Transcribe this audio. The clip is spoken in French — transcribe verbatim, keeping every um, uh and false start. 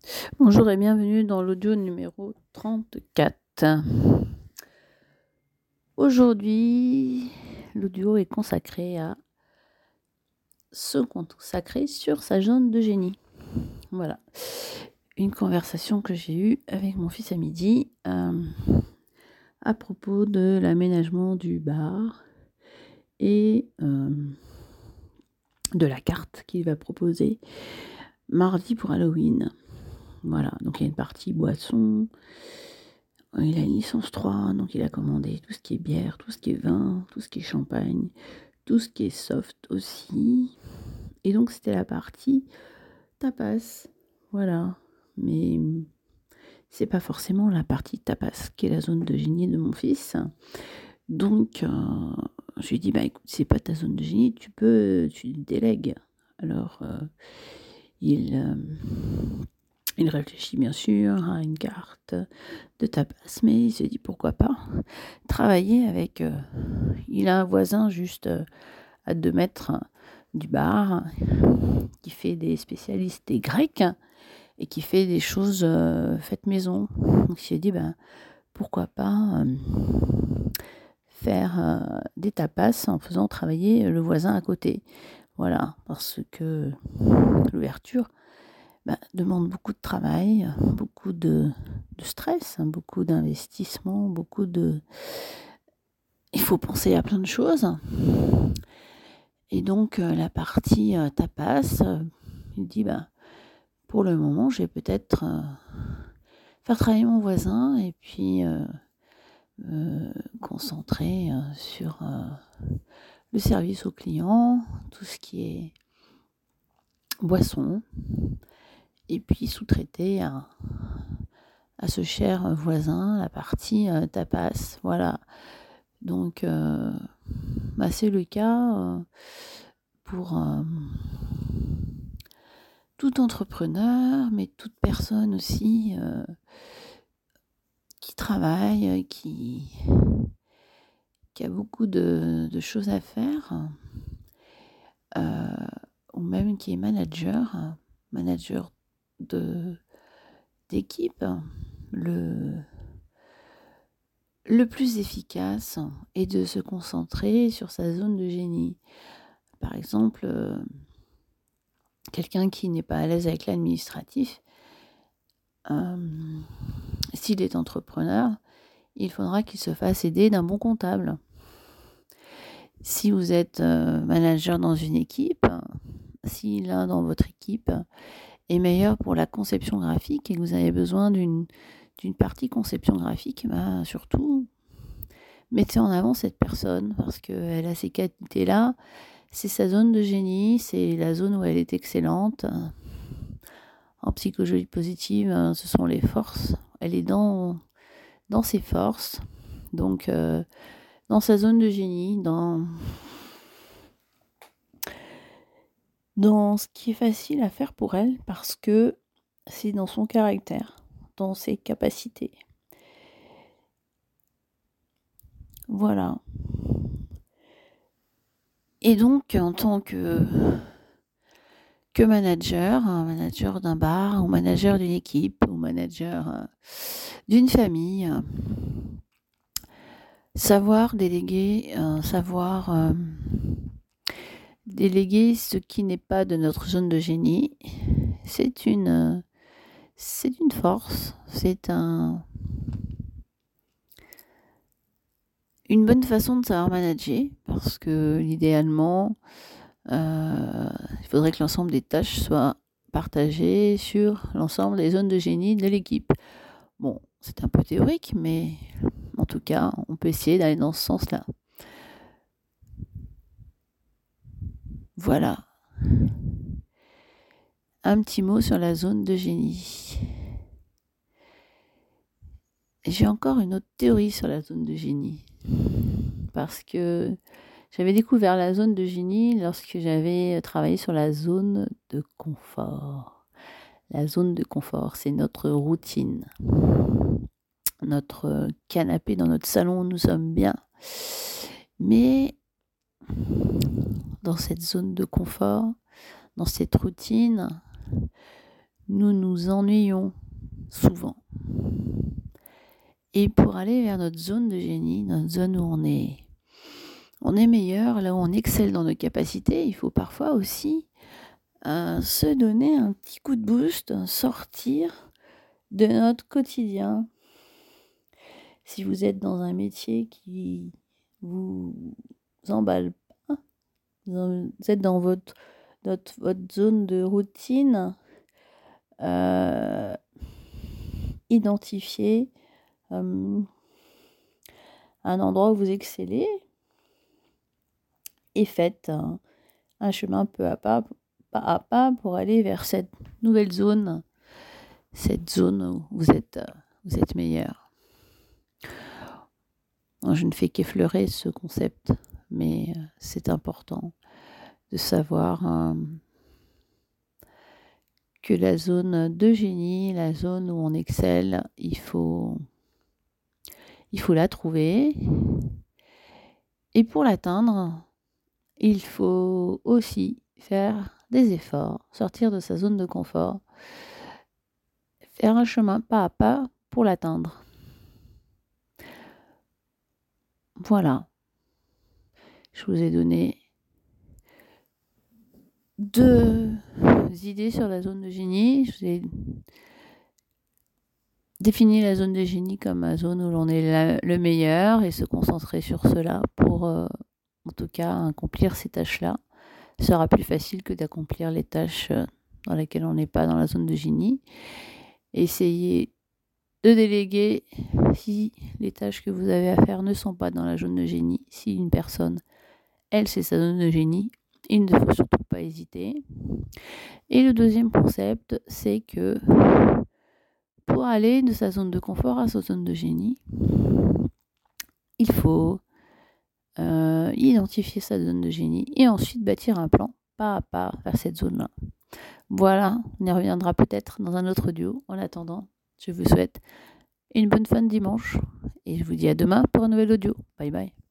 Bonjour et bienvenue dans l'audio numéro trente-quatre. Aujourd'hui, l'audio est consacré à se consacrer sur sa zone de génie. Voilà. Une conversation que j'ai eue avec mon fils à midi euh, à propos de l'aménagement du bar et euh, de la carte qu'il va proposer mardi pour Halloween. Voilà, donc il y a une partie boisson. Il a une licence trois, donc il a commandé tout ce qui est bière, tout ce qui est vin, tout ce qui est champagne, tout ce qui est soft aussi. Et donc c'était la partie tapas. Voilà. Mais c'est pas forcément la partie tapas qui est la zone de génie de mon fils. Donc euh, je lui ai dit, bah écoute, c'est pas ta zone de génie, tu peux, tu délègues. Alors euh, il... Euh, Il réfléchit bien sûr à une carte de tapas, mais il se dit pourquoi pas travailler avec... Euh, il a un voisin juste euh, à deux mètres du bar qui fait des spécialités grecs et qui fait des choses euh, faites maison. Donc il s'est dit ben, pourquoi pas euh, faire euh, des tapas en faisant travailler le voisin à côté. Voilà, parce que l'ouverture bah, demande beaucoup de travail, beaucoup de, de stress, hein, beaucoup d'investissement, beaucoup de... Il faut penser à plein de choses. Et donc, euh, la partie euh, tapas, euh, il dit, bah, pour le moment, je vais peut-être euh, faire travailler mon voisin et puis euh, me concentrer euh, sur euh, le service aux clients, tout ce qui est boisson, et puis sous-traiter à... à ce cher voisin, la partie euh, tapas, voilà. Donc, euh, bah, c'est le cas euh, pour euh, tout entrepreneur, mais toute personne aussi euh, qui travaille, qui, qui a beaucoup de, de choses à faire, euh, ou même qui est manager, manager de, d'équipe. Le... Le plus efficace est de se concentrer sur sa zone de génie. Par exemple, euh, quelqu'un qui n'est pas à l'aise avec l'administratif, euh, s'il est entrepreneur, il faudra qu'il se fasse aider d'un bon comptable. Si vous êtes euh, manager dans une équipe, si l'un dans votre équipe est meilleur pour la conception graphique et que vous avez besoin d'une, d'une partie conception graphique, bah, surtout, mettez en avant cette personne parce qu'elle a ces qualités-là. C'est sa zone de génie, c'est la zone où elle est excellente. En psychologie positive, ce sont les forces. Elle est dans, dans ses forces, donc euh, dans sa zone de génie, dans, dans ce qui est facile à faire pour elle parce que c'est dans son caractère, dans ses capacités. Voilà. Et donc, en tant que, que manager, un manager d'un bar, ou manager d'une équipe, ou manager euh, d'une famille, euh, savoir déléguer, euh, savoir euh, déléguer ce qui n'est pas de notre zone de génie, c'est une, euh, c'est une force, c'est un, une bonne façon de savoir manager, parce que idéalement, euh, il faudrait que l'ensemble des tâches soient partagées sur l'ensemble des zones de génie de l'équipe. Bon, c'est un peu théorique, mais en tout cas, on peut essayer d'aller dans ce sens-là. Voilà. Un petit mot sur la zone de génie. J'ai encore une autre théorie sur la zone de génie. Parce que j'avais découvert la zone de génie lorsque j'avais travaillé sur la zone de confort. La zone de confort, c'est notre routine. Notre canapé dans notre salon où nous sommes bien. Mais dans cette zone de confort, dans cette routine, nous nous ennuyons souvent. Et pour aller vers notre zone de génie, notre zone où on est, on est meilleur, là où on excelle dans nos capacités, il faut parfois aussi euh, se donner un petit coup de boost, sortir de notre quotidien. Si vous êtes dans un métier qui vous emballe pas, vous êtes dans votre, votre, votre zone de routine, euh, identifiez euh, un endroit où vous excellez et faites un, un chemin peu à pas, pas à pas pour aller vers cette nouvelle zone, cette zone où vous êtes, vous êtes meilleur. Je ne fais qu'effleurer ce concept, mais c'est important de savoir euh, que la zone de génie, la zone où on excelle, il faut, il faut la trouver. Et pour l'atteindre, il faut aussi faire des efforts, sortir de sa zone de confort, faire un chemin pas à pas pour l'atteindre. Voilà. Je vous ai donné deux idées sur la zone de génie. Je vous ai défini la zone de génie comme la zone où l'on est la, le meilleur et se concentrer sur cela pour, euh, en tout cas, accomplir ces tâches-là. Ce sera plus facile que d'accomplir les tâches dans lesquelles on n'est pas dans la zone de génie. Essayez de déléguer si les tâches que vous avez à faire ne sont pas dans la zone de génie. Si une personne, elle, c'est sa zone de génie, il ne faut surtout pas hésiter. Et le deuxième concept, c'est que pour aller de sa zone de confort à sa zone de génie, il faut euh, identifier sa zone de génie et ensuite bâtir un plan pas à pas vers cette zone-là. Voilà, on y reviendra peut-être dans un autre audio. En attendant, je vous souhaite une bonne fin de dimanche et je vous dis à demain pour un nouvel audio. Bye bye.